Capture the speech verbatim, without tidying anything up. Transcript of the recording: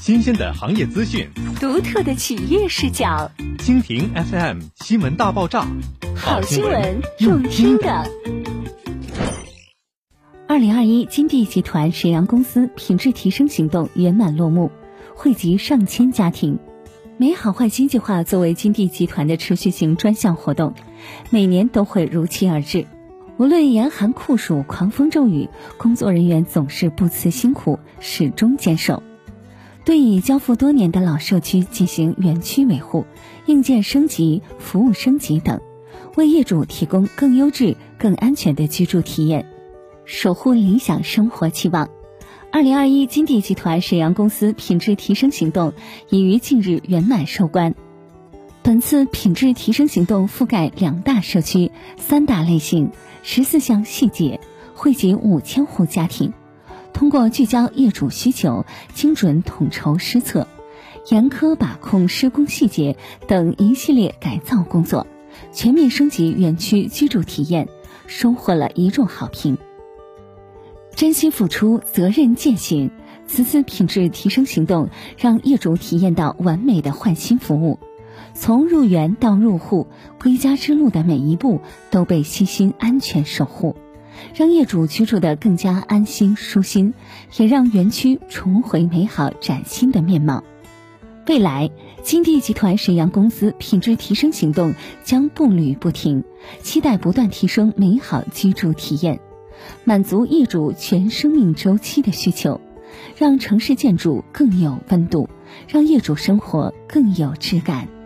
新鲜的行业资讯， 独特的企业视角。 蜻蜓 F M 新闻大爆炸， 好新闻用听的。 二零二一金地集团沈阳公司品质提升行动圆满落幕，惠及上千家庭。美好坏新计划作为金地集团的持续性专项活动，每年都会如期而至。无论严寒酷暑、狂风骤雨，工作人员总是不辞辛苦，始终坚守。对已交付多年的老社区进行园区维护、硬件升级、服务升级等，为业主提供更优质、更安全的居住体验，守护理想生活期望。二零二一金地集团沈阳公司品质提升行动已于近日圆满收官。本次品质提升行动覆盖两大社区、三大类型、十四项细节，惠及五千户家庭。通过聚焦业主需求、精准统筹施策、严苛把控施工细节等一系列改造工作，全面升级园区居住体验，收获了一众好评。真心付出，责任践行，此次品质提升行动让业主体验到完美的换新服务。从入园到入户，归家之路的每一步都被细心安全守护，让业主居住得更加安心舒心，也让园区重回美好崭新的面貌。未来，金地集团沈阳公司品质提升行动将步履不停，期待不断提升美好居住体验，满足业主全生命周期的需求，让城市建筑更有温度，让业主生活更有质感。